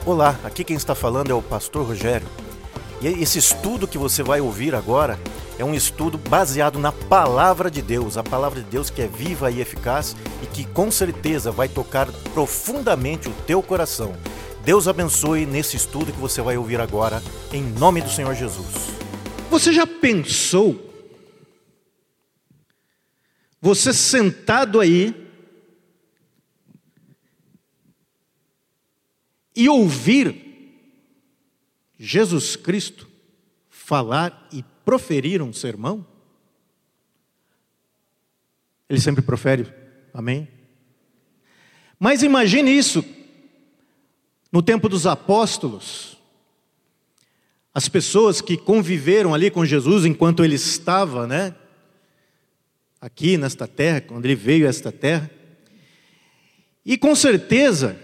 Olá, aqui quem está falando é o Pastor Rogério. E esse estudo que você vai ouvir agora é um estudo baseado na Palavra de Deus. A Palavra de Deus que é viva e eficaz e que com certeza vai tocar profundamente o teu coração. Deus abençoe nesse estudo que você vai ouvir agora, em nome do Senhor Jesus. Você já pensou? Você sentado aí e ouvir Jesus Cristo falar e proferir um sermão? Ele sempre profere, amém? Mas imagine isso, no tempo dos apóstolos, as pessoas que conviveram ali com Jesus enquanto ele estava, aqui nesta terra, quando ele veio a esta terra, e com certeza,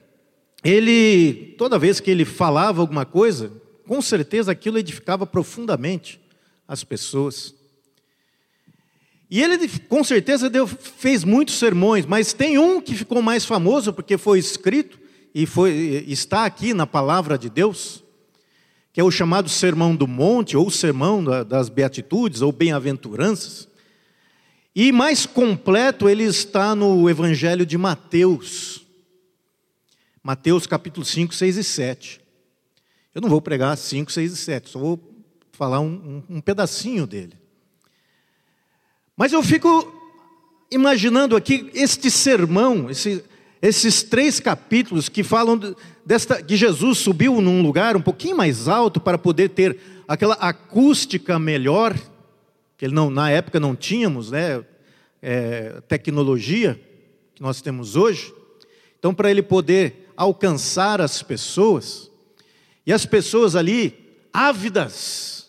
toda vez que ele falava alguma coisa, com certeza aquilo edificava profundamente as pessoas. E ele com certeza fez muitos sermões, mas tem um que ficou mais famoso porque foi escrito e está aqui na Palavra de Deus, que é o chamado Sermão do Monte, ou Sermão das Beatitudes, ou Bem-aventuranças. E mais completo ele está no Evangelho de Mateus. Mateus capítulo 5, 6 e 7. Eu não vou pregar 5, 6 e 7, só vou falar um pedacinho dele. Mas eu fico imaginando aqui este sermão, esses 3 capítulos que falam que Jesus subiu num lugar um pouquinho mais alto para poder ter aquela acústica melhor, que na época não tínhamos, tecnologia que nós temos hoje. Então, para ele poder alcançar as pessoas, e as pessoas ali, ávidas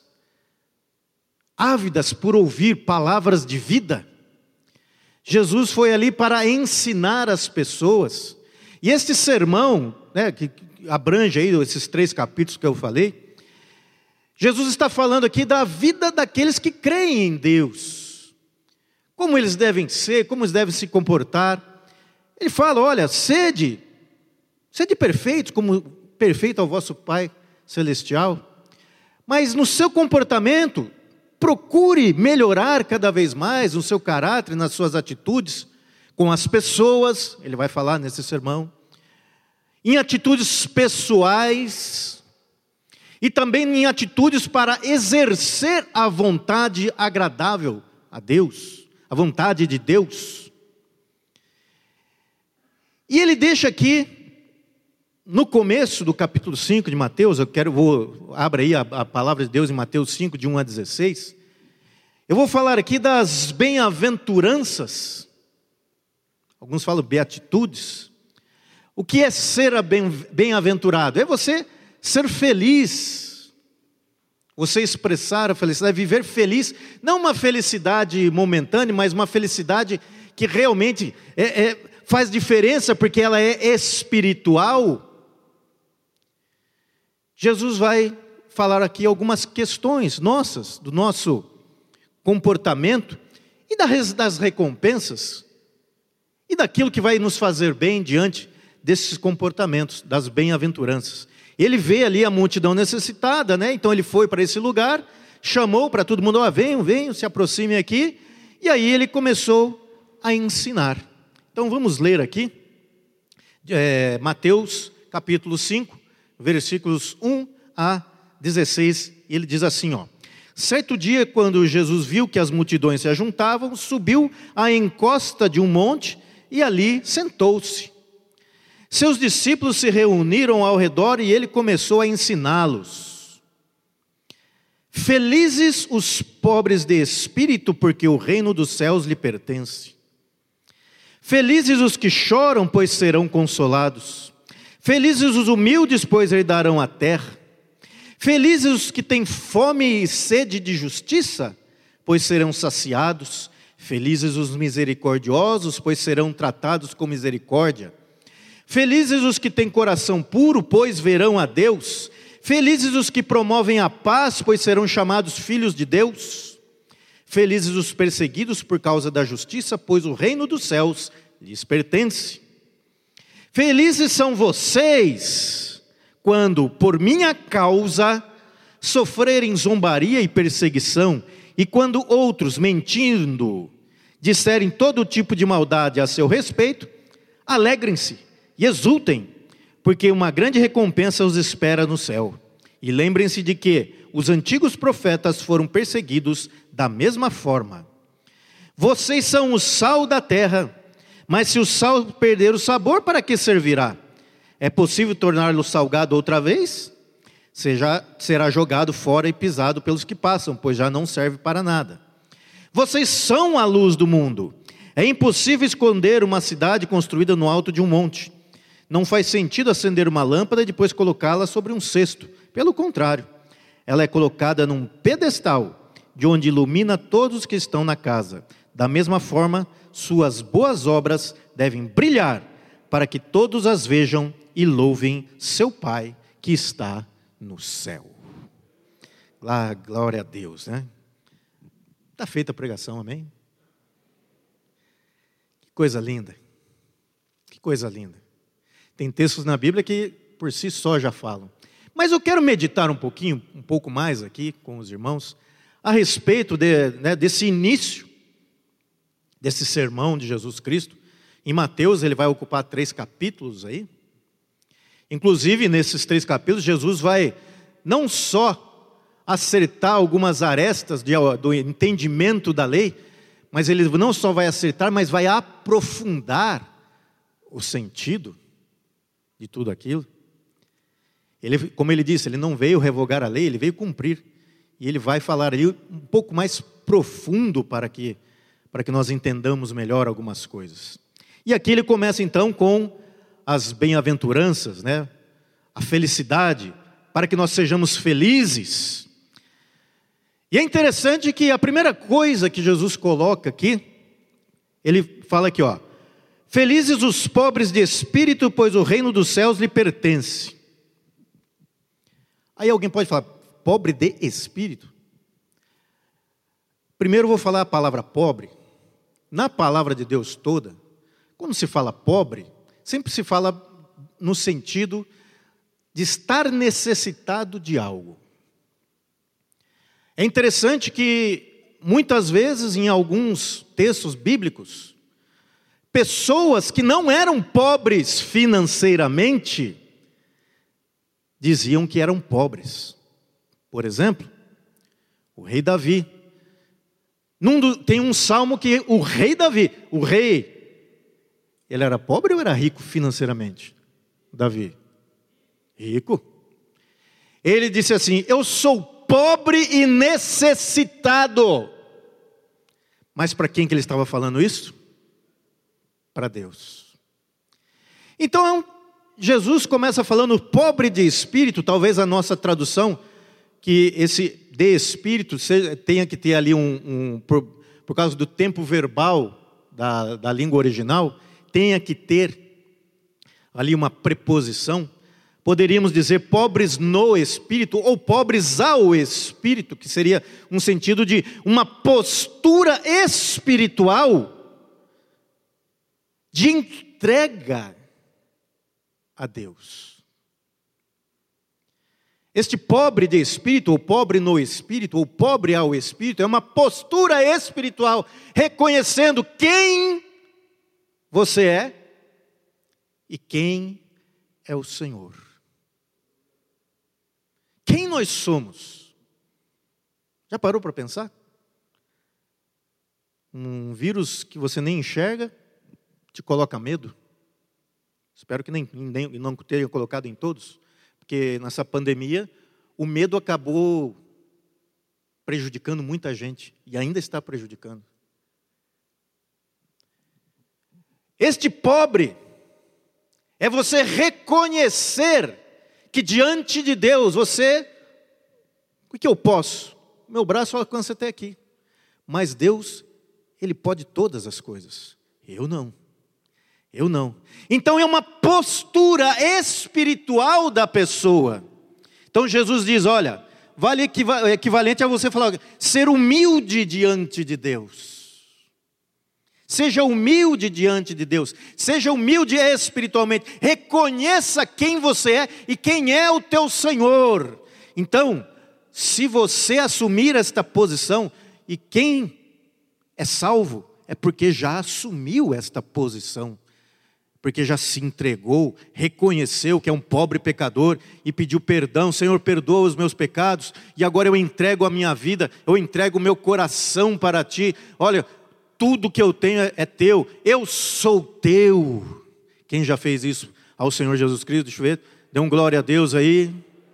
por ouvir palavras de vida, Jesus foi ali para ensinar as pessoas. E este sermão, que abrange aí esses 3 capítulos que eu falei, Jesus está falando aqui da vida daqueles que creem em Deus, como eles devem ser, como eles devem se comportar. Ele fala, olha, sede perfeitos, como perfeito é o vosso Pai Celestial. Mas no seu comportamento, procure melhorar cada vez mais no seu caráter, nas suas atitudes, com as pessoas, ele vai falar nesse sermão, em atitudes pessoais, e também em atitudes para exercer a vontade agradável a Deus, a vontade de Deus. E ele deixa aqui, no começo do capítulo 5 de Mateus, abra aí a palavra de Deus em Mateus 5, de 1 a 16. Eu vou falar aqui das bem-aventuranças. Alguns falam beatitudes. O que é ser bem-aventurado? É você ser feliz. Você expressar a felicidade, viver feliz. Não uma felicidade momentânea, mas uma felicidade que realmente faz diferença, porque ela é espiritual. Jesus vai falar aqui algumas questões nossas, do nosso comportamento, e das recompensas, e daquilo que vai nos fazer bem diante desses comportamentos, das bem-aventuranças. Ele vê ali a multidão necessitada, então ele foi para esse lugar, chamou para todo mundo, venham, se aproximem aqui, e aí ele começou a ensinar. Então vamos ler aqui, Mateus capítulo 5, versículos 1 a 16, ele diz assim, certo dia, quando Jesus viu que as multidões se ajuntavam, subiu à encosta de um monte e ali sentou-se. Seus discípulos se reuniram ao redor e ele começou a ensiná-los. Felizes os pobres de espírito, porque o reino dos céus lhe pertence. Felizes os que choram, pois serão consolados. Felizes os humildes, pois herdarão a terra. Felizes os que têm fome e sede de justiça, pois serão saciados. Felizes os misericordiosos, pois serão tratados com misericórdia. Felizes os que têm coração puro, pois verão a Deus. Felizes os que promovem a paz, pois serão chamados filhos de Deus. Felizes os perseguidos por causa da justiça, pois o reino dos céus lhes pertence. Felizes são vocês, quando, por minha causa, sofrerem zombaria e perseguição, e quando outros, mentindo, disserem todo tipo de maldade a seu respeito, alegrem-se e exultem, porque uma grande recompensa os espera no céu. E lembrem-se de que os antigos profetas foram perseguidos da mesma forma. Vocês são o sal da terra, mas se o sal perder o sabor, para que servirá? É possível torná-lo salgado outra vez? Será jogado fora e pisado pelos que passam, pois já não serve para nada. Vocês são a luz do mundo. É impossível esconder uma cidade construída no alto de um monte. Não faz sentido acender uma lâmpada e depois colocá-la sobre um cesto. Pelo contrário, ela é colocada num pedestal, de onde ilumina todos os que estão na casa. Da mesma forma, suas boas obras devem brilhar, para que todos as vejam e louvem seu Pai que está no céu. Glória a Deus, né? Está feita a pregação, amém? Que coisa linda. Que coisa linda. Tem textos na Bíblia que por si só já falam. Mas eu quero meditar um pouco mais aqui com os irmãos, a respeito desse início, desse sermão de Jesus Cristo. Em Mateus ele vai ocupar 3 capítulos aí. Inclusive nesses 3 capítulos Jesus vai não só acertar algumas arestas do entendimento da lei, mas ele não só vai acertar, mas vai aprofundar o sentido de tudo aquilo. Como ele disse, ele não veio revogar a lei, ele veio cumprir. E ele vai falar ali um pouco mais profundo para que nós entendamos melhor algumas coisas. E aqui ele começa então com as bem-aventuranças, né? A felicidade, para que nós sejamos felizes. E é interessante que a primeira coisa que Jesus coloca aqui, ele fala aqui, ó: felizes os pobres de espírito, pois o reino dos céus lhe pertence. Aí alguém pode falar, pobre de espírito? Primeiro eu vou falar a palavra pobre. Na palavra de Deus toda, quando se fala pobre, sempre se fala no sentido de estar necessitado de algo. É interessante que, muitas vezes, em alguns textos bíblicos, pessoas que não eram pobres financeiramente, diziam que eram pobres. Por exemplo, o rei Davi. Tem um salmo que o rei Davi, ele era pobre ou era rico financeiramente? Davi? Rico. Ele disse assim, eu sou pobre e necessitado. Mas para quem que ele estava falando isso? Para Deus. Então, Jesus começa falando pobre de espírito, talvez a nossa tradução, que esse de espírito tenha que ter ali por causa do tempo verbal da língua original, tenha que ter ali uma preposição. Poderíamos dizer pobres no espírito ou pobres ao espírito, que seria um sentido de uma postura espiritual de entrega a Deus. Este pobre de espírito, ou pobre no espírito, ou pobre ao espírito, é uma postura espiritual, reconhecendo quem você é e quem é o Senhor. Quem nós somos? Já parou para pensar? Um vírus que você nem enxerga, te coloca medo? Espero que não tenha colocado em todos, porque nessa pandemia o medo acabou prejudicando muita gente e ainda está prejudicando. Este pobre é você reconhecer que diante de Deus o que eu posso? Meu braço alcança até aqui, mas Deus, Ele pode todas as coisas, eu não. Então é uma postura espiritual da pessoa. Então Jesus diz, olha, vale equivalente a você falar, ser humilde diante de Deus. Seja humilde diante de Deus. Seja humilde espiritualmente. Reconheça quem você é e quem é o teu Senhor. Então, se você assumir esta posição, e quem é salvo é porque já assumiu esta posição. Porque já se entregou, reconheceu que é um pobre pecador e pediu perdão. Senhor, perdoa os meus pecados e agora eu entrego a minha vida, eu entrego o meu coração para Ti. Olha, tudo que eu tenho é Teu, eu sou Teu. Quem já fez isso ao Senhor Jesus Cristo? Deixa eu ver, dê um glória a Deus aí.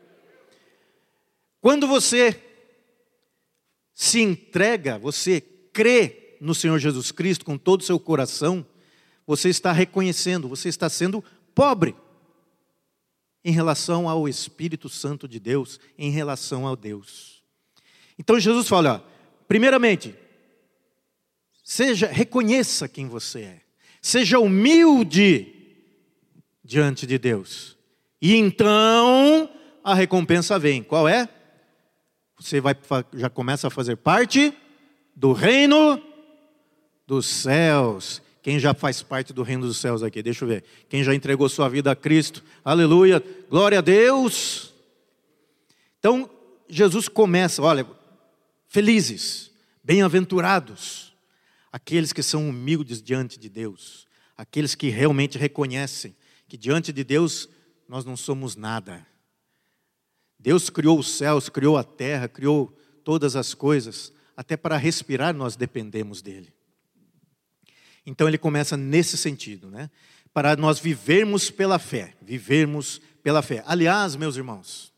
Quando você se entrega, você crê no Senhor Jesus Cristo com todo o seu coração, você está reconhecendo, você está sendo pobre em relação ao Espírito Santo de Deus, em relação a Deus. Então Jesus fala, ó, primeiramente, reconheça quem você é, seja humilde diante de Deus, e então a recompensa vem. Qual é? Você já começa a fazer parte do reino dos céus. Quem já faz parte do reino dos céus aqui? Deixa eu ver. Quem já entregou sua vida a Cristo? Aleluia. Glória a Deus. Então, Jesus começa, olha, felizes, bem-aventurados, aqueles que são humildes diante de Deus, aqueles que realmente reconhecem que diante de Deus nós não somos nada. Deus criou os céus, criou a terra, criou todas as coisas, até para respirar nós dependemos dele. Então ele começa nesse sentido, né? Para nós vivermos pela fé, Aliás, meus irmãos,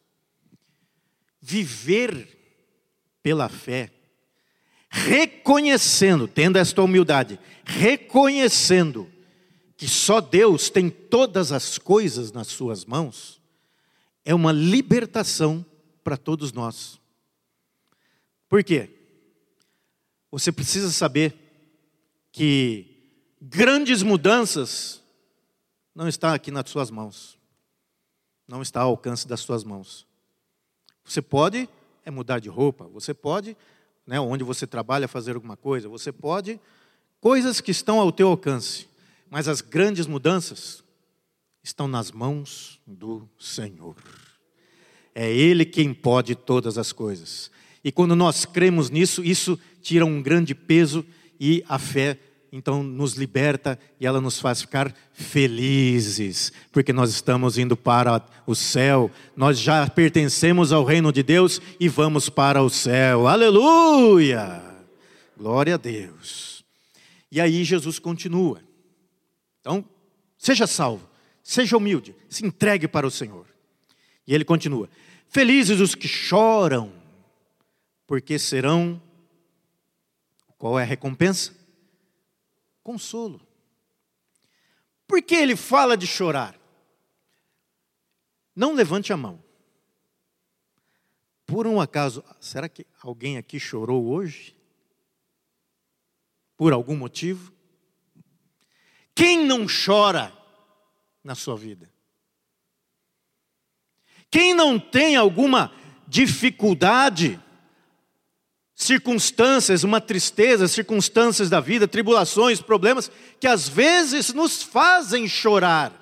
viver pela fé, reconhecendo, tendo esta humildade, reconhecendo que só Deus tem todas as coisas nas suas mãos, é uma libertação para todos nós. Por quê? Você precisa saber que grandes mudanças não estão aqui nas suas mãos. Não está ao alcance das suas mãos. Você pode mudar de roupa. Você pode, onde você trabalha, fazer alguma coisa. Você pode, coisas que estão ao teu alcance. Mas as grandes mudanças estão nas mãos do Senhor. É Ele quem pode todas as coisas. E quando nós cremos nisso, isso tira um grande peso e a fé então nos liberta e ela nos faz ficar felizes, porque nós estamos indo para o céu, nós já pertencemos ao reino de Deus e vamos para o céu, aleluia, glória a Deus. E aí Jesus continua, então seja salvo, seja humilde, se entregue para o Senhor. E ele continua, felizes os que choram, porque serão, qual é a recompensa? Consolo. Por que ele fala de chorar? Não levante a mão. Por um acaso, será que alguém aqui chorou hoje? Por algum motivo? Quem não chora na sua vida? Quem não tem alguma dificuldade, circunstâncias, uma tristeza, circunstâncias da vida, tribulações, problemas, que às vezes nos fazem chorar.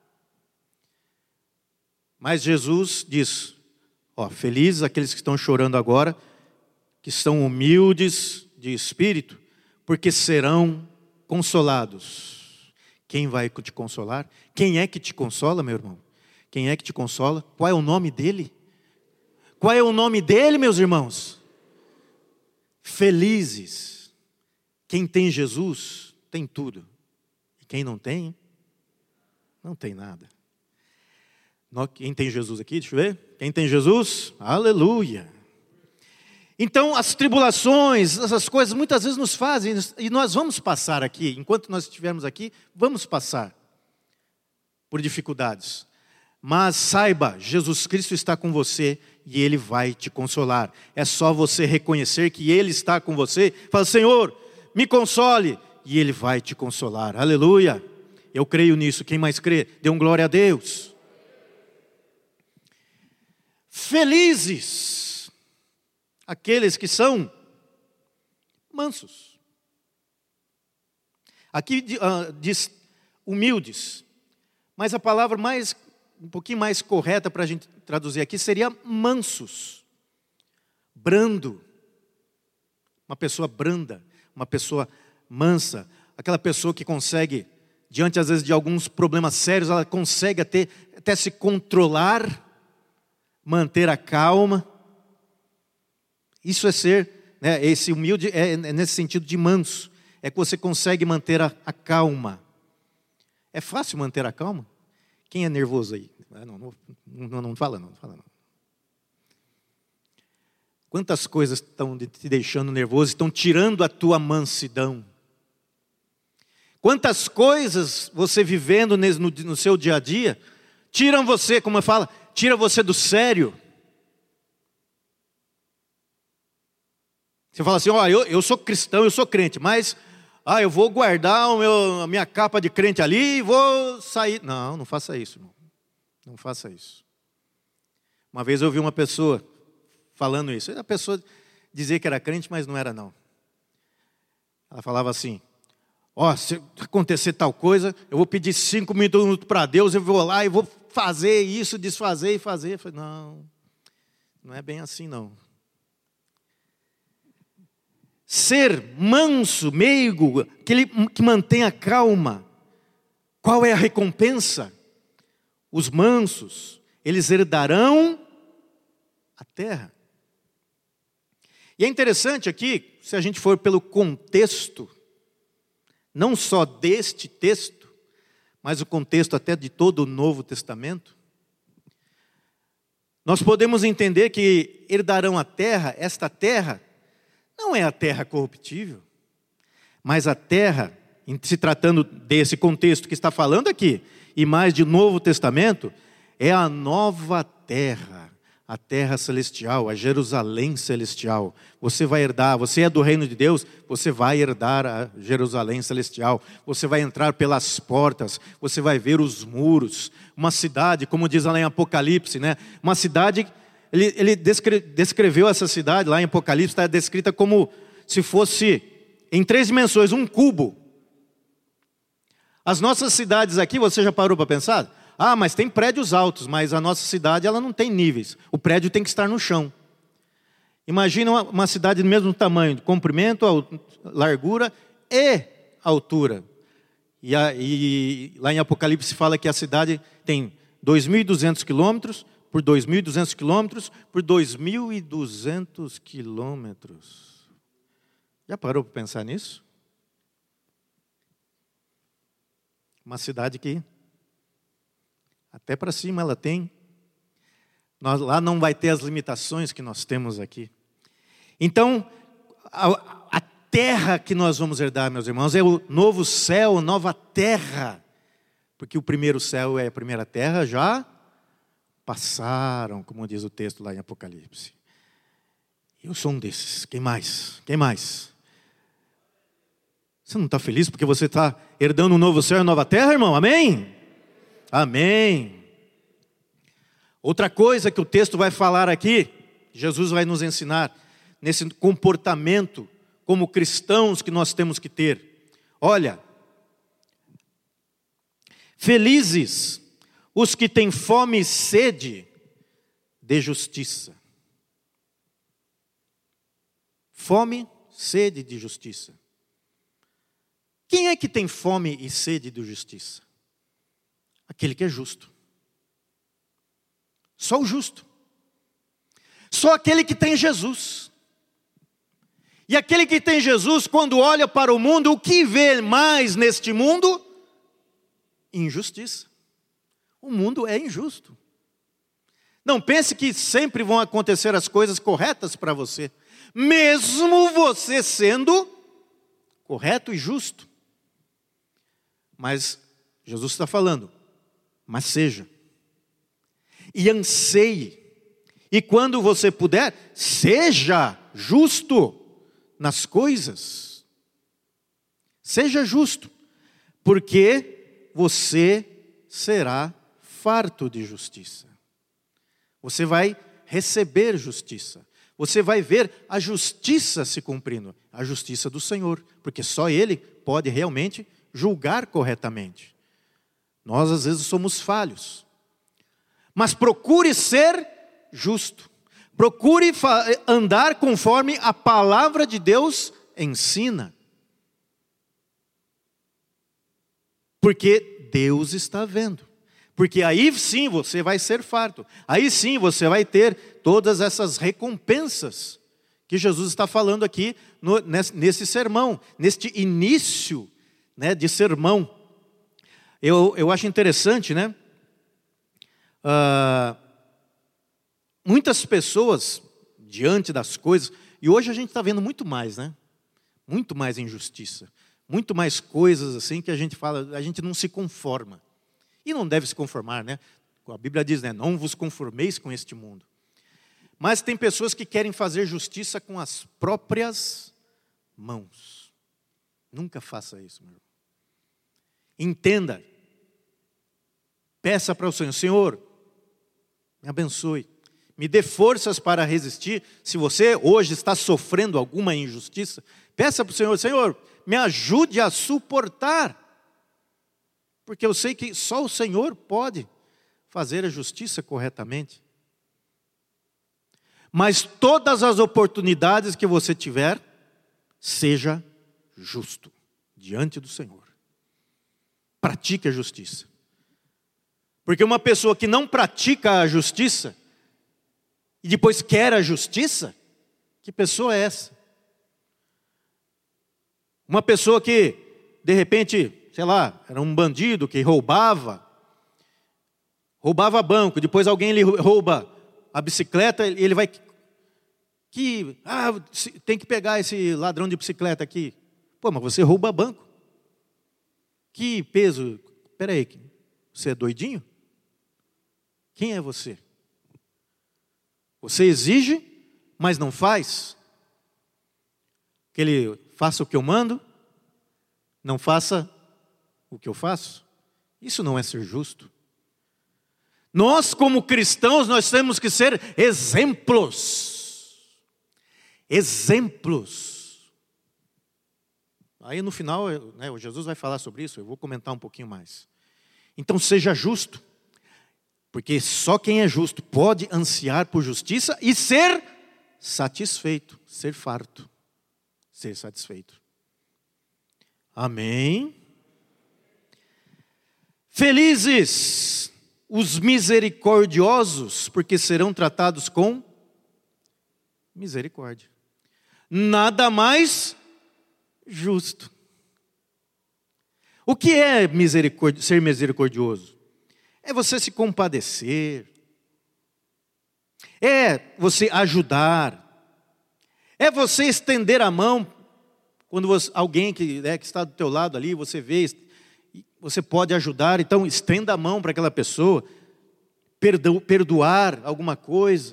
Mas Jesus diz, felizes aqueles que estão chorando agora, que são humildes de espírito, porque serão consolados. Quem vai te consolar? Quem é que te consola, meu irmão? Quem é que te consola? Qual é o nome dele? Qual é o nome dele, meus irmãos? Felizes. Quem tem Jesus tem tudo. E quem não tem, não tem nada. Quem tem Jesus aqui, deixa eu ver. Quem tem Jesus, aleluia. Então as tribulações, essas coisas muitas vezes nos fazem, e nós vamos passar aqui, enquanto nós estivermos aqui, vamos passar por dificuldades. Mas saiba, Jesus Cristo está com você e Ele vai te consolar. É só você reconhecer que Ele está com você. Fala, Senhor, me console. E Ele vai te consolar. Aleluia. Eu creio nisso. Quem mais crê? Dê um glória a Deus. Felizes aqueles que são mansos. Aqui diz humildes, mas a palavra um pouquinho mais correta para a gente traduzir aqui seria mansos, brando. Uma pessoa branda, uma pessoa mansa, aquela pessoa que consegue, diante às vezes de alguns problemas sérios, ela consegue até se controlar, manter a calma. Isso é ser, né, esse humilde é nesse sentido de manso, é que você consegue manter a calma. É fácil manter a calma? Quem é nervoso aí? Não fala não. Quantas coisas estão te deixando nervoso, estão tirando a tua mansidão? Quantas coisas você vivendo no seu dia a dia, tiram você, como eu falo, tira você do sério. Você fala assim, eu sou cristão, eu sou crente, mas eu vou guardar a minha capa de crente ali e vou sair. Não faça isso, irmão. Não faça isso. Uma vez eu ouvi uma pessoa falando isso. A pessoa dizia que era crente, mas não era não. Ela falava assim, se acontecer tal coisa, eu vou pedir 5 minutos para Deus, eu vou lá e vou fazer isso, desfazer e fazer. Eu falei, não é bem assim não. Ser manso, meigo, que mantém a calma. Qual é a recompensa? Os mansos, eles herdarão a terra. E é interessante aqui, se a gente for pelo contexto, não só deste texto, mas o contexto até de todo o Novo Testamento, nós podemos entender que herdarão a terra, esta terra, não é a terra corruptível, mas a terra, se tratando desse contexto que está falando aqui, e mais de Novo Testamento, é a nova terra, a terra celestial, a Jerusalém celestial. Você vai herdar, você é do reino de Deus, você vai herdar a Jerusalém celestial. Você vai entrar pelas portas, você vai ver os muros. Uma cidade, como diz lá em Apocalipse, né? Uma cidade, ele descreveu essa cidade lá em Apocalipse, está descrita como se fosse, em 3 dimensões, um cubo. As nossas cidades aqui, você já parou para pensar? Mas tem prédios altos, mas a nossa cidade ela não tem níveis. O prédio tem que estar no chão. Imagina uma cidade do mesmo tamanho, de comprimento, largura e altura. E lá em Apocalipse fala que a cidade tem 2.200 quilômetros, por 2.200 quilômetros, por 2.200 quilômetros. Já parou para pensar nisso? Uma cidade que até para cima ela tem. Lá não vai ter as limitações que nós temos aqui. Então, a terra que nós vamos herdar, meus irmãos, é o novo céu, nova terra. Porque o primeiro céu e a primeira terra já passaram, como diz o texto lá em Apocalipse. Eu sou um desses. Quem mais? Quem mais? Você não está feliz porque você está herdando um novo céu e uma nova terra, irmão? Amém? Amém. Outra coisa que o texto vai falar aqui, Jesus vai nos ensinar, nesse comportamento como cristãos que nós temos que ter. Olha, felizes os que têm fome e sede de justiça. Fome, sede de justiça. Quem é que tem fome e sede de justiça? Aquele que é justo. Só o justo. Só aquele que tem Jesus. E aquele que tem Jesus, quando olha para o mundo, o que vê mais neste mundo? Injustiça. O mundo é injusto. Não pense que sempre vão acontecer as coisas corretas para você. Mesmo você sendo correto e justo. Mas Jesus está falando, mas seja. E anseie. E quando você puder, seja justo nas coisas. Seja justo. Porque você será farto de justiça. Você vai receber justiça. Você vai ver a justiça se cumprindo. A justiça do Senhor. Porque só Ele pode realmente julgar corretamente. Nós, às vezes, somos falhos. Mas procure ser justo. Procure andar conforme a palavra de Deus ensina. Porque Deus está vendo. Porque aí sim você vai ser farto. Aí sim você vai ter todas essas recompensas que Jesus está falando aqui nesse sermão, neste início, né, de sermão. Eu acho interessante, né? Muitas pessoas, diante das coisas, e hoje a gente está vendo muito mais, né? Muito mais injustiça. Muito mais coisas assim que a gente fala, a gente não se conforma. E não deve se conformar, né? A Bíblia diz, né? Não vos conformeis com este mundo. Mas tem pessoas que querem fazer justiça com as próprias mãos. Nunca faça isso, meu irmão. Entenda. Peça para o Senhor, Senhor, me abençoe. Me dê forças para resistir. Se você hoje está sofrendo alguma injustiça, peça para o Senhor, Senhor, me ajude a suportar. Porque eu sei que só o Senhor pode fazer a justiça corretamente. Mas todas as oportunidades que você tiver, seja justo diante do Senhor. Pratique a justiça. Porque uma pessoa que não pratica a justiça e depois quer a justiça, que pessoa é essa? Uma pessoa que, de repente, sei lá, era um bandido que roubava banco, depois alguém lhe rouba a bicicleta, ele vai... tem que pegar esse ladrão de bicicleta aqui. Pô, mas você rouba banco. Que peso... Espera aí, você é doidinho? Quem é você? Você exige, mas não faz? Que ele faça o que eu mando, não faça o que eu faço? Isso não é ser justo. Nós, como cristãos, nós temos que ser exemplos. Exemplos. Aí no final, né, o Jesus vai falar sobre isso, eu vou comentar um pouquinho mais. Então seja justo. Porque só quem é justo pode ansiar por justiça e ser satisfeito, ser farto, ser satisfeito. Amém? Felizes os misericordiosos, porque serão tratados com misericórdia. Nada mais justo. O que é ser misericordioso? É você se compadecer, é você ajudar, é você estender a mão, quando alguém que está do teu lado ali, você vê, você pode ajudar, então estenda a mão para aquela pessoa, perdoar alguma coisa,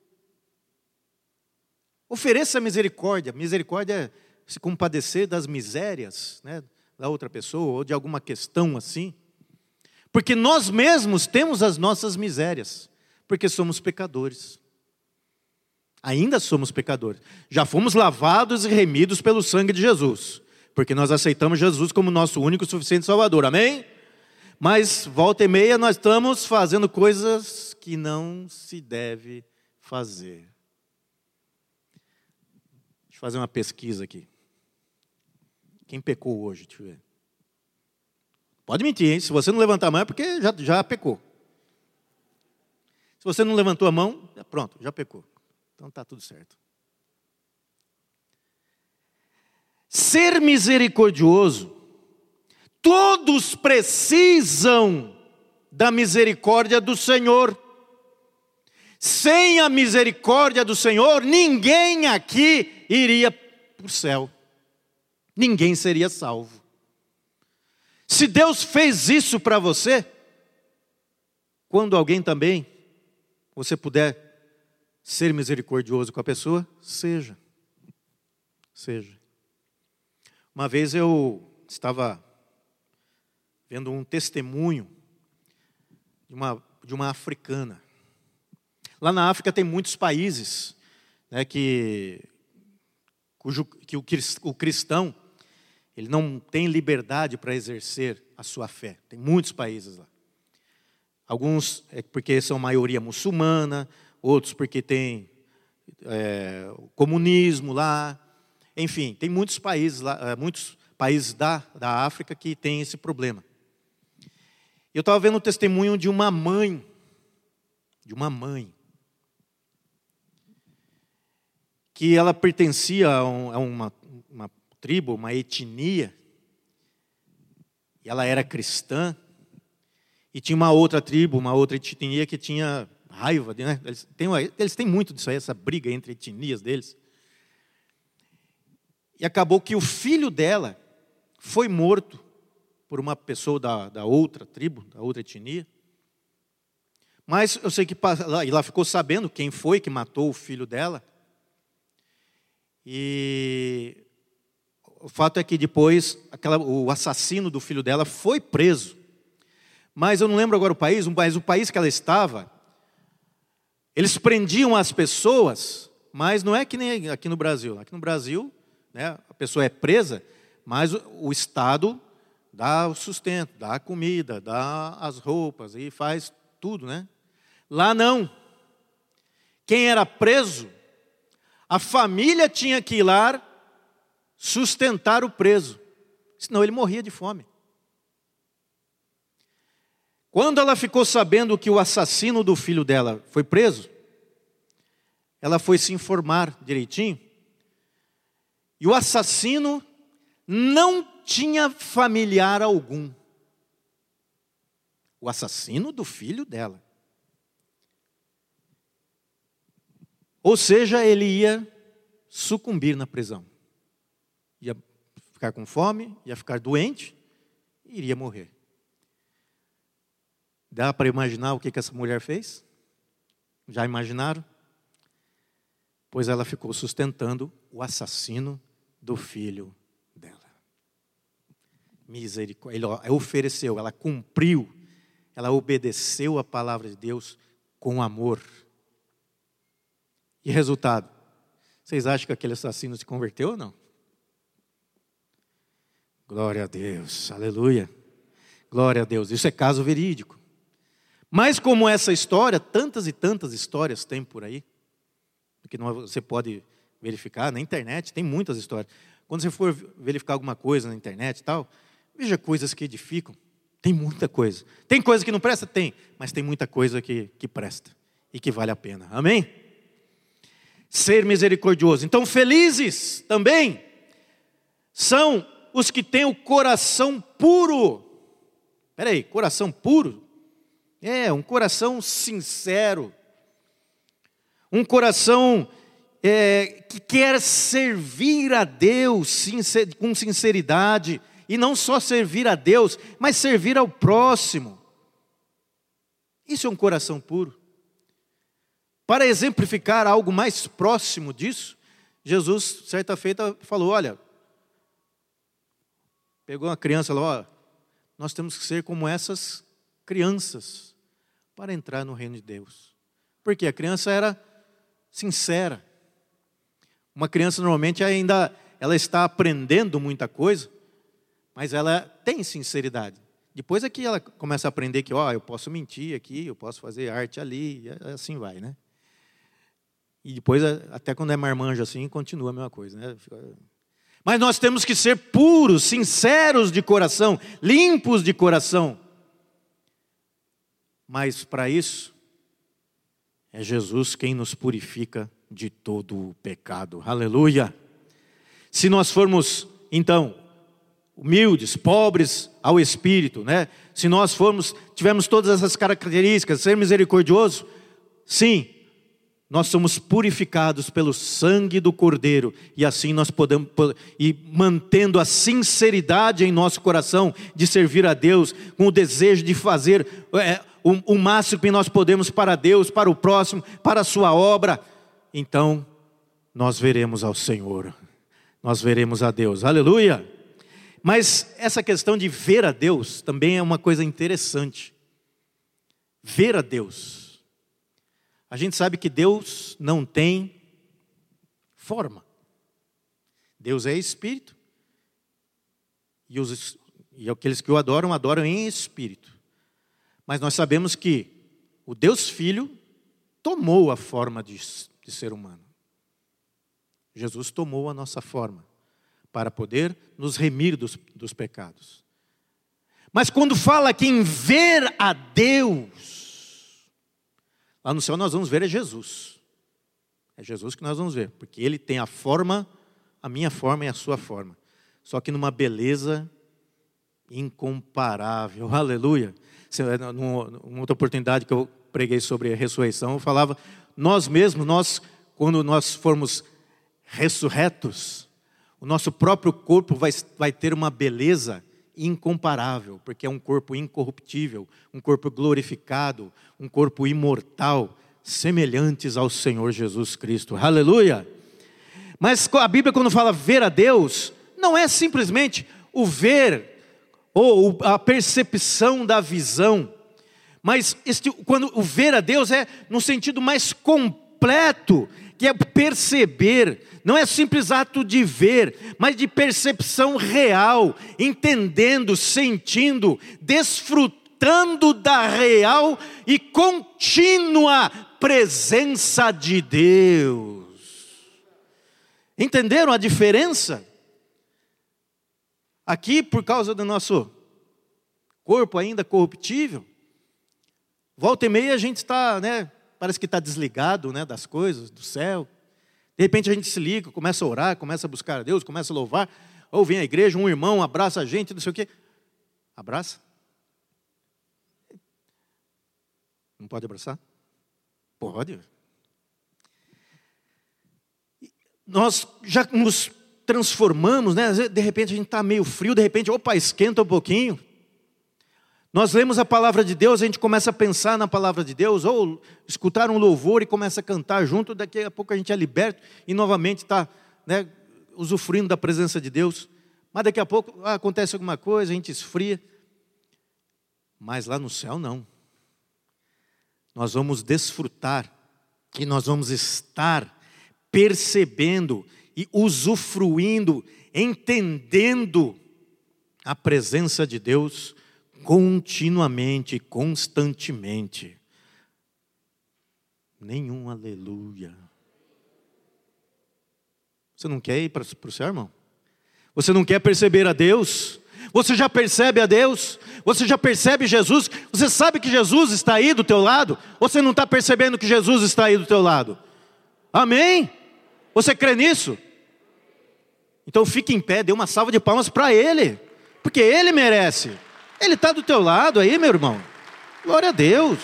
ofereça misericórdia. Misericórdia é se compadecer das misérias, né, da outra pessoa, ou de alguma questão assim. Porque nós mesmos temos as nossas misérias, porque somos pecadores. Ainda somos pecadores. Já fomos lavados e remidos pelo sangue de Jesus, porque nós aceitamos Jesus como nosso único e suficiente Salvador, amém? Mas volta e meia nós estamos fazendo coisas que não se deve fazer. Deixa eu fazer uma pesquisa aqui. Quem pecou hoje? Deixa eu ver. Pode mentir, hein? Se você não levantar a mão é porque já pecou. Se você não levantou a mão, pronto, já pecou. Então está tudo certo. Ser misericordioso, todos precisam da misericórdia do Senhor. Sem a misericórdia do Senhor, ninguém aqui iria para o céu. Ninguém seria salvo. Se Deus fez isso para você, quando alguém também, você puder ser misericordioso com a pessoa, seja. Uma vez eu estava vendo um testemunho de uma africana. Lá na África tem muitos países, né, que o cristão Ele não tem liberdade para exercer a sua fé. Tem muitos países lá. Alguns é porque são maioria muçulmana, outros porque tem comunismo lá. Enfim, tem muitos países lá, muitos países da África que têm esse problema. Eu estava vendo o testemunho de uma mãe, que ela pertencia a uma tribo, uma etnia, e ela era cristã, e tinha uma outra tribo, uma outra etnia que tinha raiva, né? Eles têm muito disso aí, essa briga entre etnias deles. E acabou que o filho dela foi morto por uma pessoa da outra tribo, da outra etnia. Mas eu sei que ela ficou sabendo quem foi que matou o filho dela. E o fato é que depois o assassino do filho dela foi preso. Mas eu não lembro agora o país, mas o país que ela estava, eles prendiam as pessoas, mas não é que nem aqui no Brasil. Aqui no Brasil, né, a pessoa é presa, mas o Estado dá o sustento, dá a comida, dá as roupas e faz tudo, né? Lá não. Quem era preso, a família tinha que ir lá sustentar o preso, senão ele morria de fome. Quando ela ficou sabendo que o assassino do filho dela foi preso, ela foi se informar direitinho, e o assassino não tinha familiar algum. O assassino do filho dela. Ou seja, ele ia sucumbir na prisão. Ia ficar com fome, ia ficar doente e iria morrer. Dá para imaginar o que essa mulher fez? Já imaginaram? Pois ela ficou sustentando o assassino do filho dela. Misericórdia. Ela ofereceu, ela cumpriu, ela obedeceu a palavra de Deus com amor. E resultado? Vocês acham que aquele assassino se converteu ou não? Glória a Deus, aleluia. Glória a Deus, isso é caso verídico. Mas como essa história, tantas e tantas histórias tem por aí, que você pode verificar na internet, tem muitas histórias. Quando você for verificar alguma coisa na internet e tal, veja coisas que edificam. Tem muita coisa. Tem coisa que não presta? Tem. Mas tem muita coisa que presta e que vale a pena. Amém? Ser misericordioso. Então, felizes também são os que têm o coração puro. Espera aí, coração puro? Um coração sincero. Um coração que quer servir a Deus com sinceridade. E não só servir a Deus, mas servir ao próximo. Isso é um coração puro. Para exemplificar algo mais próximo disso, Jesus, certa feita, falou, olha, pegou uma criança e falou, ó, nós temos que ser como essas crianças para entrar no reino de Deus. Porque a criança era sincera. Uma criança normalmente ela está aprendendo muita coisa, mas ela tem sinceridade. Depois é que ela começa a aprender que, eu posso mentir aqui, eu posso fazer arte ali, e assim vai, né? E depois, até quando é marmanjo assim, continua a mesma coisa, né? Mas nós temos que ser puros, sinceros de coração, limpos de coração. Mas para isso, é Jesus quem nos purifica de todo o pecado. Aleluia! Se nós formos, então, humildes, pobres ao Espírito, né? Se nós tivermos todas essas características, ser misericordioso, sim, nós somos purificados pelo sangue do Cordeiro, e assim nós podemos, e mantendo a sinceridade em nosso coração, de servir a Deus, com o desejo de fazer o máximo que nós podemos para Deus, para o próximo, para a sua obra, então nós veremos ao Senhor, nós veremos a Deus, aleluia! Mas essa questão de ver a Deus também é uma coisa interessante. Ver a Deus. A gente sabe que Deus não tem forma. Deus é Espírito. E aqueles que o adoram, adoram em espírito. Mas nós sabemos que o Deus Filho tomou a forma de ser humano. Jesus tomou a nossa forma para poder nos remir dos pecados. Mas quando fala aqui em ver a Deus, lá no céu nós vamos ver é Jesus. É Jesus que nós vamos ver, porque Ele tem a forma, a minha forma e a sua forma. Só que numa beleza incomparável. Aleluia. Numa outra oportunidade que eu preguei sobre a ressurreição, eu falava, nós mesmos, quando nós formos ressurretos, o nosso próprio corpo vai ter uma beleza incomparável, porque é um corpo incorruptível, um corpo glorificado, um corpo imortal, semelhantes ao Senhor Jesus Cristo. Aleluia! Mas a Bíblia, quando fala ver a Deus, não é simplesmente o ver ou a percepção da visão, mas quando o ver a Deus é no sentido mais completo, que é perceber, não é simples ato de ver, mas de percepção real, entendendo, sentindo, desfrutando da real e contínua presença de Deus. Entenderam a diferença? Aqui, por causa do nosso corpo ainda corruptível, volta e meia a gente está, parece que está desligado, das coisas, do céu. De repente a gente se liga, começa a orar, começa a buscar a Deus, começa a louvar. Ou vem à igreja, um irmão abraça a gente, não sei o quê. Abraça? Não pode abraçar? Pode. Nós já nos transformamos, de repente a gente está meio frio, de repente, esquenta um pouquinho. Nós lemos a palavra de Deus, a gente começa a pensar na palavra de Deus, ou escutar um louvor e começa a cantar junto, daqui a pouco a gente é liberto e novamente está usufruindo da presença de Deus. Mas daqui a pouco acontece alguma coisa, a gente esfria. Mas lá no céu não. Nós vamos desfrutar e nós vamos estar percebendo e usufruindo, entendendo a presença de Deus continuamente, constantemente. Nenhum aleluia. Você não quer ir para o céu, irmão? Você não quer perceber a Deus? Você já percebe a Deus? Você já percebe Jesus? Você sabe que Jesus está aí do teu lado? Ou você não está percebendo que Jesus está aí do teu lado? Amém? Você crê nisso? Então fique em pé, dê uma salva de palmas para Ele, porque Ele merece. Ele está do teu lado aí, meu irmão. Glória a Deus.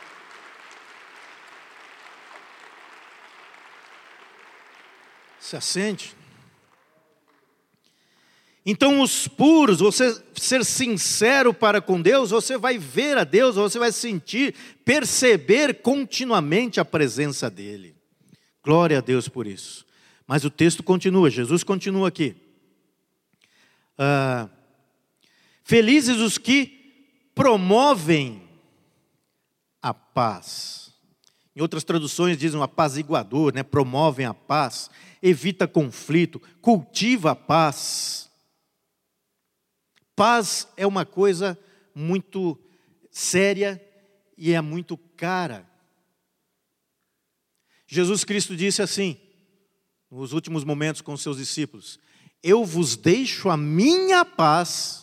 Se assente. Então os puros, você ser sincero para com Deus, você vai ver a Deus, você vai sentir, perceber continuamente a presença dEle. Glória a Deus por isso. Mas o texto continua, Jesus continua aqui. Felizes os que promovem a paz. Em outras traduções dizem um apaziguador, promovem a paz, evita conflito, cultiva a paz. Paz é uma coisa muito séria e é muito cara. Jesus Cristo disse assim, nos últimos momentos com seus discípulos: eu vos deixo a minha paz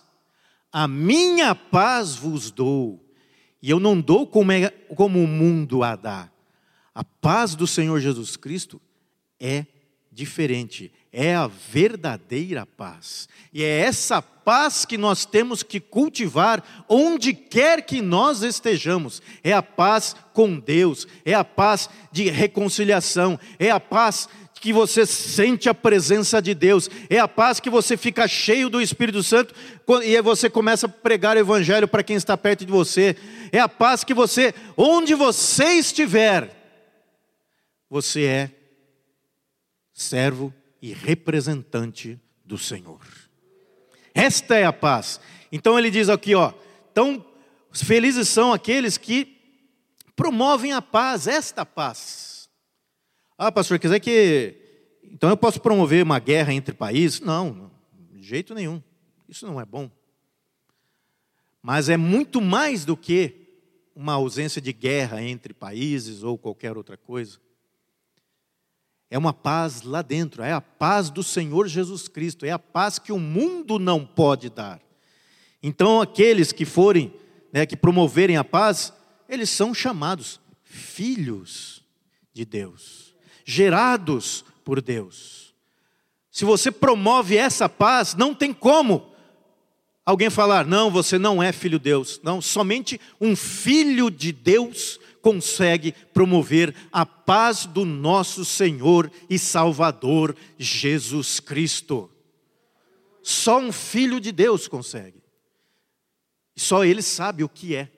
vos dou. E eu não dou como o mundo a dá. A paz do Senhor Jesus Cristo é diferente, é a verdadeira paz. E é essa paz que nós temos que cultivar onde quer que nós estejamos. É a paz com Deus, é a paz de reconciliação, é a paz que você sente a presença de Deus, é a paz que você fica cheio do Espírito Santo e aí você começa a pregar o Evangelho para quem está perto de você. É a paz que você, onde você estiver, você é servo e representante do Senhor. Esta é a paz. Então ele diz aqui, então felizes são aqueles que promovem a paz, esta paz. Pastor, quer dizer que então eu posso promover uma guerra entre países? Não, de jeito nenhum. Isso não é bom. Mas é muito mais do que uma ausência de guerra entre países ou qualquer outra coisa. É uma paz lá dentro, é a paz do Senhor Jesus Cristo, é a paz que o mundo não pode dar. Então aqueles que forem, que promoverem a paz, eles são chamados filhos de Deus, gerados por Deus. Se você promove essa paz, não tem como alguém falar, não, você não é filho de Deus. Não, somente um filho de Deus consegue promover a paz do nosso Senhor e Salvador Jesus Cristo. Só um filho de Deus consegue. Só Ele sabe o que é.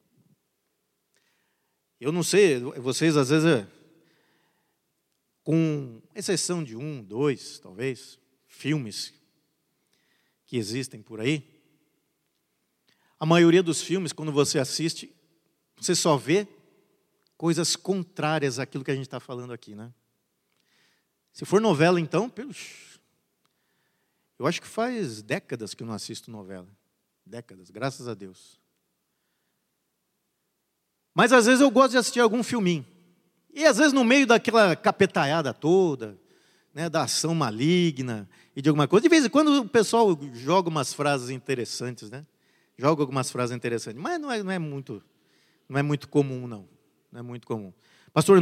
Eu não sei, vocês às vezes, com exceção de 1, 2, talvez, filmes que existem por aí, a maioria dos filmes, quando você assiste, você só vê coisas contrárias àquilo que a gente está falando aqui, né? Se for novela, então, eu acho que faz décadas que eu não assisto novela. Décadas, graças a Deus. Mas às vezes eu gosto de assistir algum filminho. E às vezes no meio daquela capetaiada toda, da ação maligna e de alguma coisa, de vez em quando o pessoal joga umas frases interessantes, Joga algumas frases interessantes, mas não é muito comum, não. Não é muito comum. Pastor,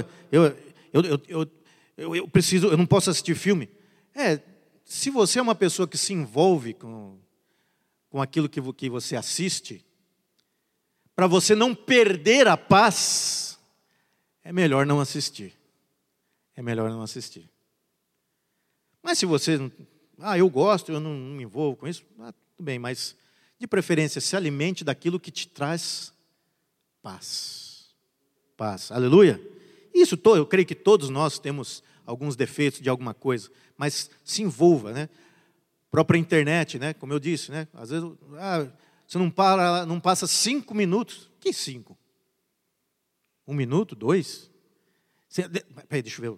eu não posso assistir filme. Se você é uma pessoa que se envolve com aquilo que você assiste, para você não perder a paz, é melhor não assistir. É melhor não assistir. Mas se você, eu gosto, eu não me envolvo com isso, tudo bem, mas de preferência se alimente daquilo que te traz paz. Paz, aleluia. Isso, eu creio que todos nós temos alguns defeitos de alguma coisa, mas se envolva, Própria internet, como eu disse, Às vezes, você não passa 5 minutos. Que 5? 1 minuto, 2? Peraí, deixa eu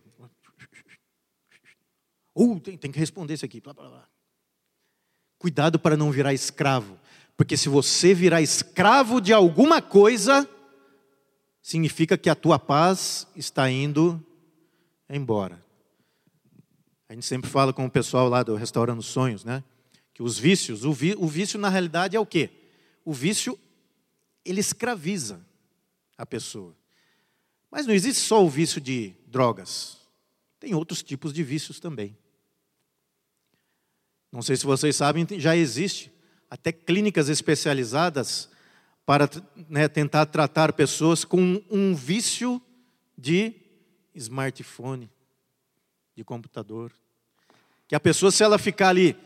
ver. Tem que responder isso aqui. Blá, blá, blá. Cuidado para não virar escravo. Porque se você virar escravo de alguma coisa, significa que a tua paz está indo embora. A gente sempre fala com o pessoal lá do Restaurando Sonhos, que os vícios, o vício na realidade é o quê? O vício, ele escraviza a pessoa. Mas não existe só o vício de drogas. Tem outros tipos de vícios também. Não sei se vocês sabem, já existe até clínicas especializadas para tentar tratar pessoas com um vício de smartphone, de computador. Que a pessoa, se ela ficar ali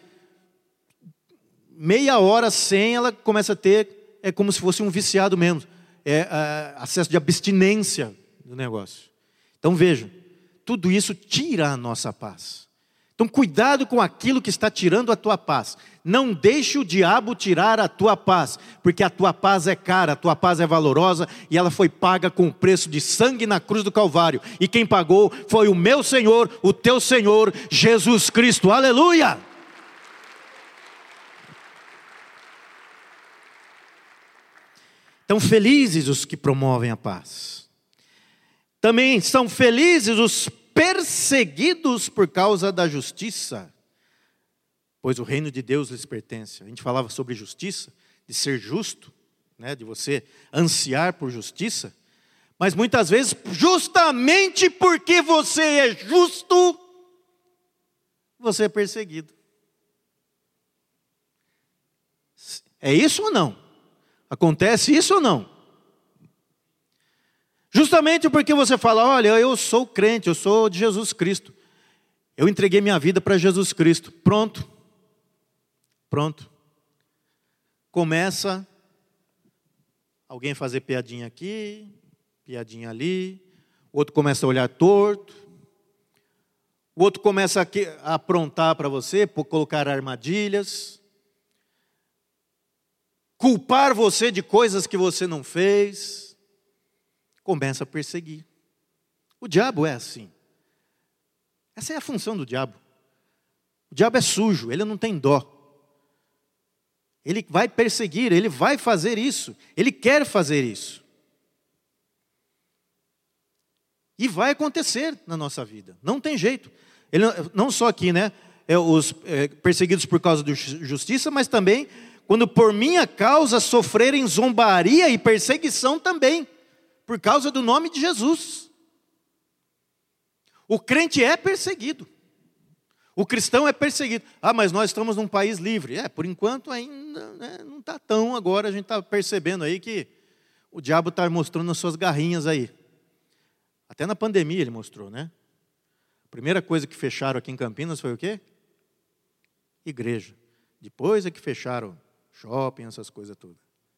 meia hora sem, ela começa a ter, é como se fosse um viciado mesmo. Acesso de abstinência do negócio. Então vejam, tudo isso tira a nossa paz. Então cuidado com aquilo que está tirando a tua paz. Não deixe o diabo tirar a tua paz, porque a tua paz é cara, a tua paz é valorosa e ela foi paga com o preço de sangue na cruz do Calvário. E quem pagou foi o meu Senhor, o teu Senhor, Jesus Cristo. Aleluia! Então felizes os que promovem a paz. Também são felizes os perseguidos por causa da justiça, pois o reino de Deus lhes pertence. A gente falava sobre justiça, de ser justo, de você ansiar por justiça, mas muitas vezes, justamente porque você é justo, você é perseguido. É isso ou não? Acontece isso ou não? Justamente porque você fala, olha, eu sou crente, eu sou de Jesus Cristo. Eu entreguei minha vida para Jesus Cristo. Pronto. Começa alguém fazer piadinha aqui, piadinha ali. O outro começa a olhar torto. O outro começa a aprontar para você, colocar armadilhas. Culpar você de coisas que você não fez. Começa a perseguir. O diabo é assim. Essa é a função do diabo. O diabo é sujo, ele não tem dó. Ele vai perseguir, Ele vai fazer isso. Ele quer fazer isso. E vai acontecer na nossa vida. Não tem jeito. Ele, não só aqui, né? Os perseguidos por causa da justiça, mas também quando por minha causa sofrerem zombaria e perseguição também, por causa do nome de Jesus. O crente é perseguido. O cristão é perseguido. Ah, mas nós estamos num país livre. Por enquanto ainda, né, não está tão. Agora a gente está percebendo aí que o diabo está mostrando as suas garrinhas aí. Até na pandemia ele mostrou, né? A primeira coisa que fecharam aqui em Campinas foi o quê? Igreja. Depois é que fecharam shopping, essas coisas todas.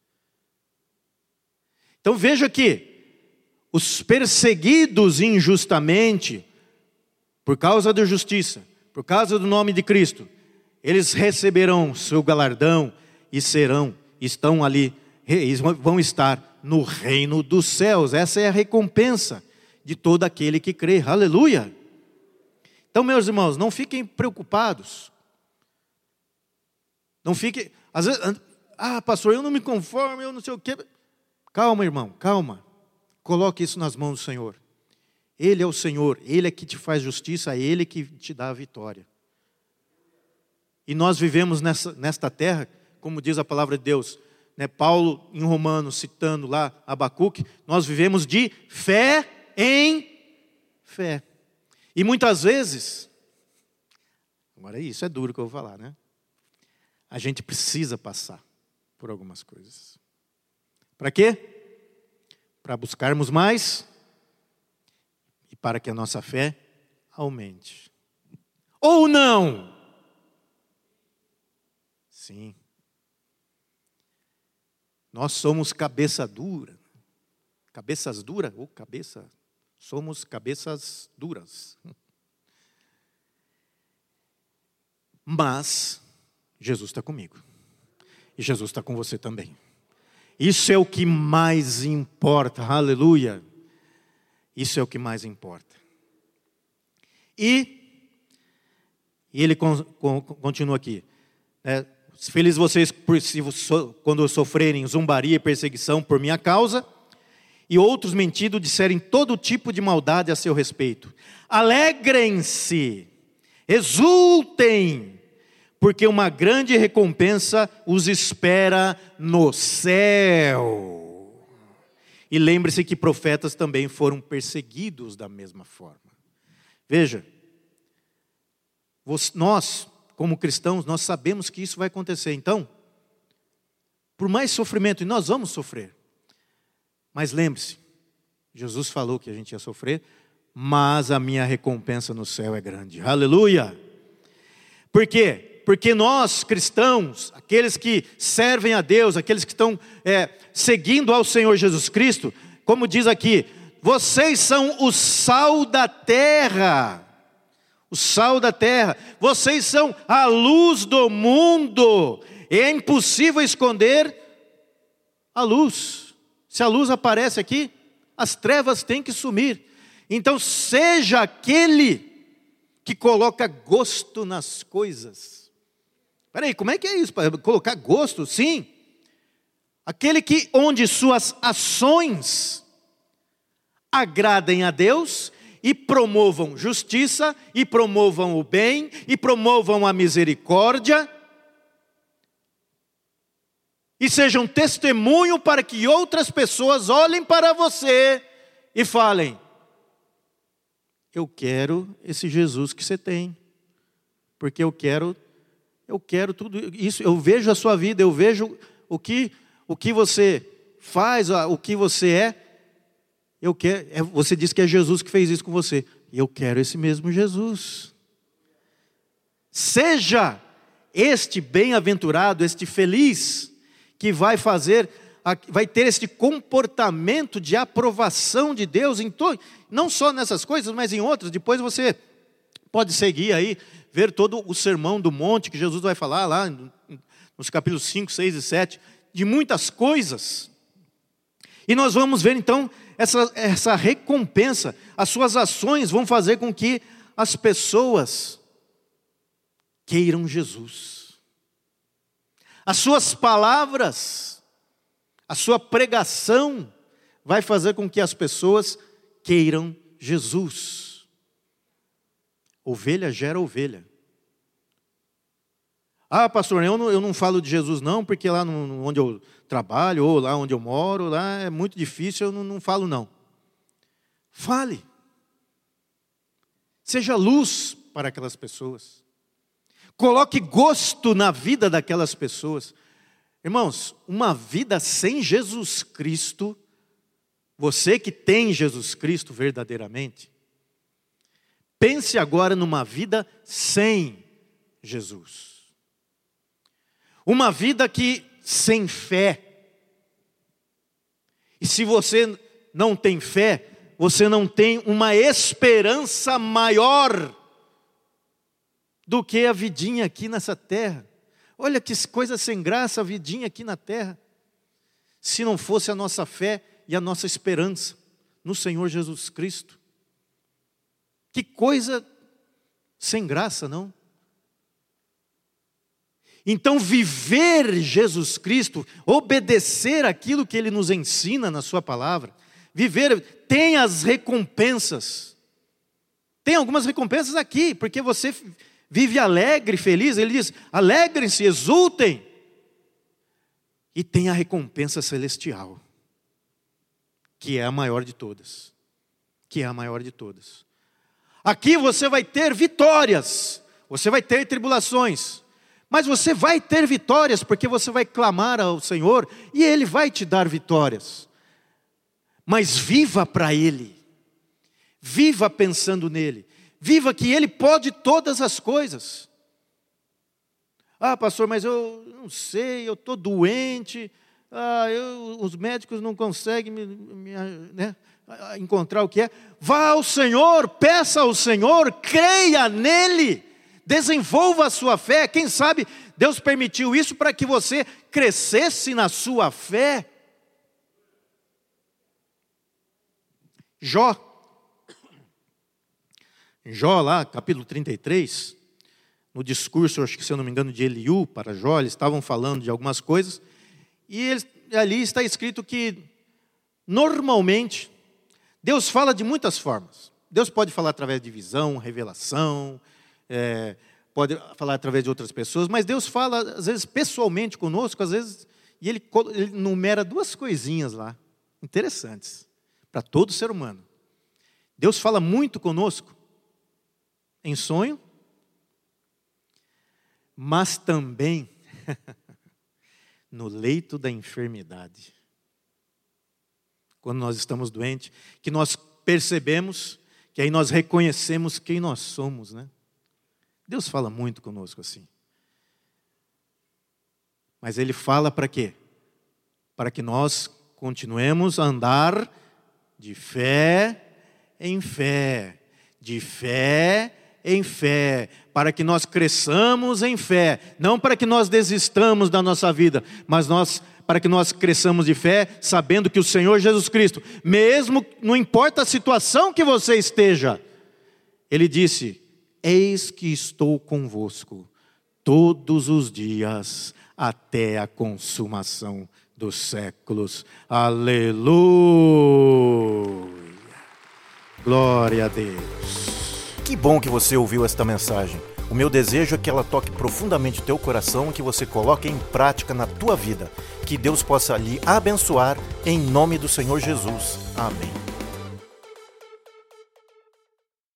Então veja que os perseguidos injustamente, por causa da justiça, por causa do nome de Cristo, eles receberão seu galardão e estão ali, eles vão estar no reino dos céus. Essa é a recompensa de todo aquele que crê. Aleluia! Então, meus irmãos, não fiquem preocupados. Não fiquem, às vezes, pastor, eu não me conformo, eu não sei o quê. Calma, irmão, calma. Coloque isso nas mãos do Senhor. Ele é o Senhor, Ele é que te faz justiça, é Ele que te dá a vitória. E nós vivemos nesta terra, como diz a palavra de Deus, né? Paulo em Romanos, citando lá Abacuque, nós vivemos de fé em fé. E muitas vezes, agora isso é duro que eu vou falar, né? A gente precisa passar por algumas coisas. Para quê? Para buscarmos mais e para que a nossa fé aumente. Ou não? Sim. Nós somos cabeça dura. Cabeças duras? Ou cabeça? Somos cabeças duras. Mas Jesus está comigo. E Jesus está com você também. Isso é o que mais importa. Aleluia. Isso é o que mais importa. E ele continua aqui. Felizes vocês quando sofrerem zombaria e perseguição por minha causa, e outros mentindo disserem todo tipo de maldade a seu respeito. Alegrem-se, exultem, porque uma grande recompensa os espera no céu. E lembre-se que profetas também foram perseguidos da mesma forma. Veja, nós, como cristãos, nós sabemos que isso vai acontecer. Então, por mais sofrimento, e nós vamos sofrer. Mas lembre-se, Jesus falou que a gente ia sofrer, mas a minha recompensa no céu é grande. Aleluia! Por quê? Porque nós, cristãos, aqueles que servem a Deus, aqueles que estão seguindo ao Senhor Jesus Cristo, como diz aqui, vocês são o sal da terra. O sal da terra. Vocês são a luz do mundo. É impossível esconder a luz. Se a luz aparece aqui, as trevas têm que sumir. Então seja aquele que coloca gosto nas coisas. Espera aí, como é que é isso? Colocar gosto? Sim. Aquele que onde suas ações agradem a Deus e promovam justiça, e promovam o bem, e promovam a misericórdia, e sejam testemunho para que outras pessoas olhem para você e falem: eu quero esse Jesus que você tem, porque eu quero tudo isso, eu vejo a sua vida, eu vejo o que você faz, o que você é. Você disse que é Jesus que fez isso com você. E eu quero esse mesmo Jesus. Seja este bem-aventurado, este feliz, que vai ter este comportamento de aprovação de Deus, não só nessas coisas, mas em outras. Depois você pode seguir aí, ver todo o sermão do monte, que Jesus vai falar lá, nos capítulos 5, 6 e 7, de muitas coisas. E nós vamos ver então essa recompensa. As suas ações vão fazer com que as pessoas queiram Jesus. As suas palavras, a sua pregação vai fazer com que as pessoas queiram Jesus. Ovelha gera ovelha. Ah, pastor, eu não falo de Jesus não, porque lá onde eu trabalho, ou lá onde eu moro, lá é muito difícil, eu não falo não. Fale. Seja luz para aquelas pessoas. Coloque gosto na vida daquelas pessoas. Irmãos, uma vida sem Jesus Cristo, você que tem Jesus Cristo verdadeiramente, pense agora numa vida sem Jesus. Uma vida que sem fé. E se você não tem fé, você não tem uma esperança maior do que a vidinha aqui nessa terra. Olha que coisa sem graça a vidinha aqui na terra. Se não fosse a nossa fé e a nossa esperança no Senhor Jesus Cristo. Que coisa sem graça, não? Então viver Jesus Cristo, obedecer aquilo que Ele nos ensina na sua palavra, viver, tem as recompensas. Tem algumas recompensas aqui, porque você vive alegre, feliz. Ele diz, alegrem-se, exultem. E tem a recompensa celestial, que é a maior de todas. Que é a maior de todas. Aqui você vai ter vitórias, você vai ter tribulações, mas você vai ter vitórias, porque você vai clamar ao Senhor, e Ele vai te dar vitórias. Mas viva para Ele, viva pensando nele, viva que Ele pode todas as coisas. Ah, pastor, mas eu não sei, eu estou doente, os médicos não conseguem encontrar o que é. Vá ao Senhor, peça ao Senhor, creia nele, desenvolva a sua fé. Quem sabe Deus permitiu isso para que você crescesse na sua fé. Jó lá, capítulo 33, no discurso, acho que se eu não me engano, de Eliú para Jó, eles estavam falando de algumas coisas, e ali está escrito que, normalmente, Deus fala de muitas formas. Deus pode falar através de visão, revelação, pode falar através de outras pessoas, mas Deus fala, às vezes, pessoalmente conosco, às vezes, e Ele numera duas coisinhas lá, interessantes, para todo ser humano. Deus fala muito conosco, em sonho, mas também no leito da enfermidade. Quando nós estamos doentes, que nós percebemos, que aí nós reconhecemos quem nós somos, né? Deus fala muito conosco assim. Mas Ele fala para quê? Para que nós continuemos a andar de fé em fé, de fé em fé, para que nós cresçamos em fé, não para que nós desistamos da nossa vida, mas para que nós cresçamos de fé, sabendo que o Senhor Jesus Cristo, mesmo não importa a situação que você esteja, Ele disse, eis que estou convosco todos os dias, até a consumação dos séculos. Aleluia! Glória a Deus! Que bom que você ouviu esta mensagem. O meu desejo é que ela toque profundamente o teu coração e que você coloque em prática na tua vida. Que Deus possa lhe abençoar em nome do Senhor Jesus. Amém.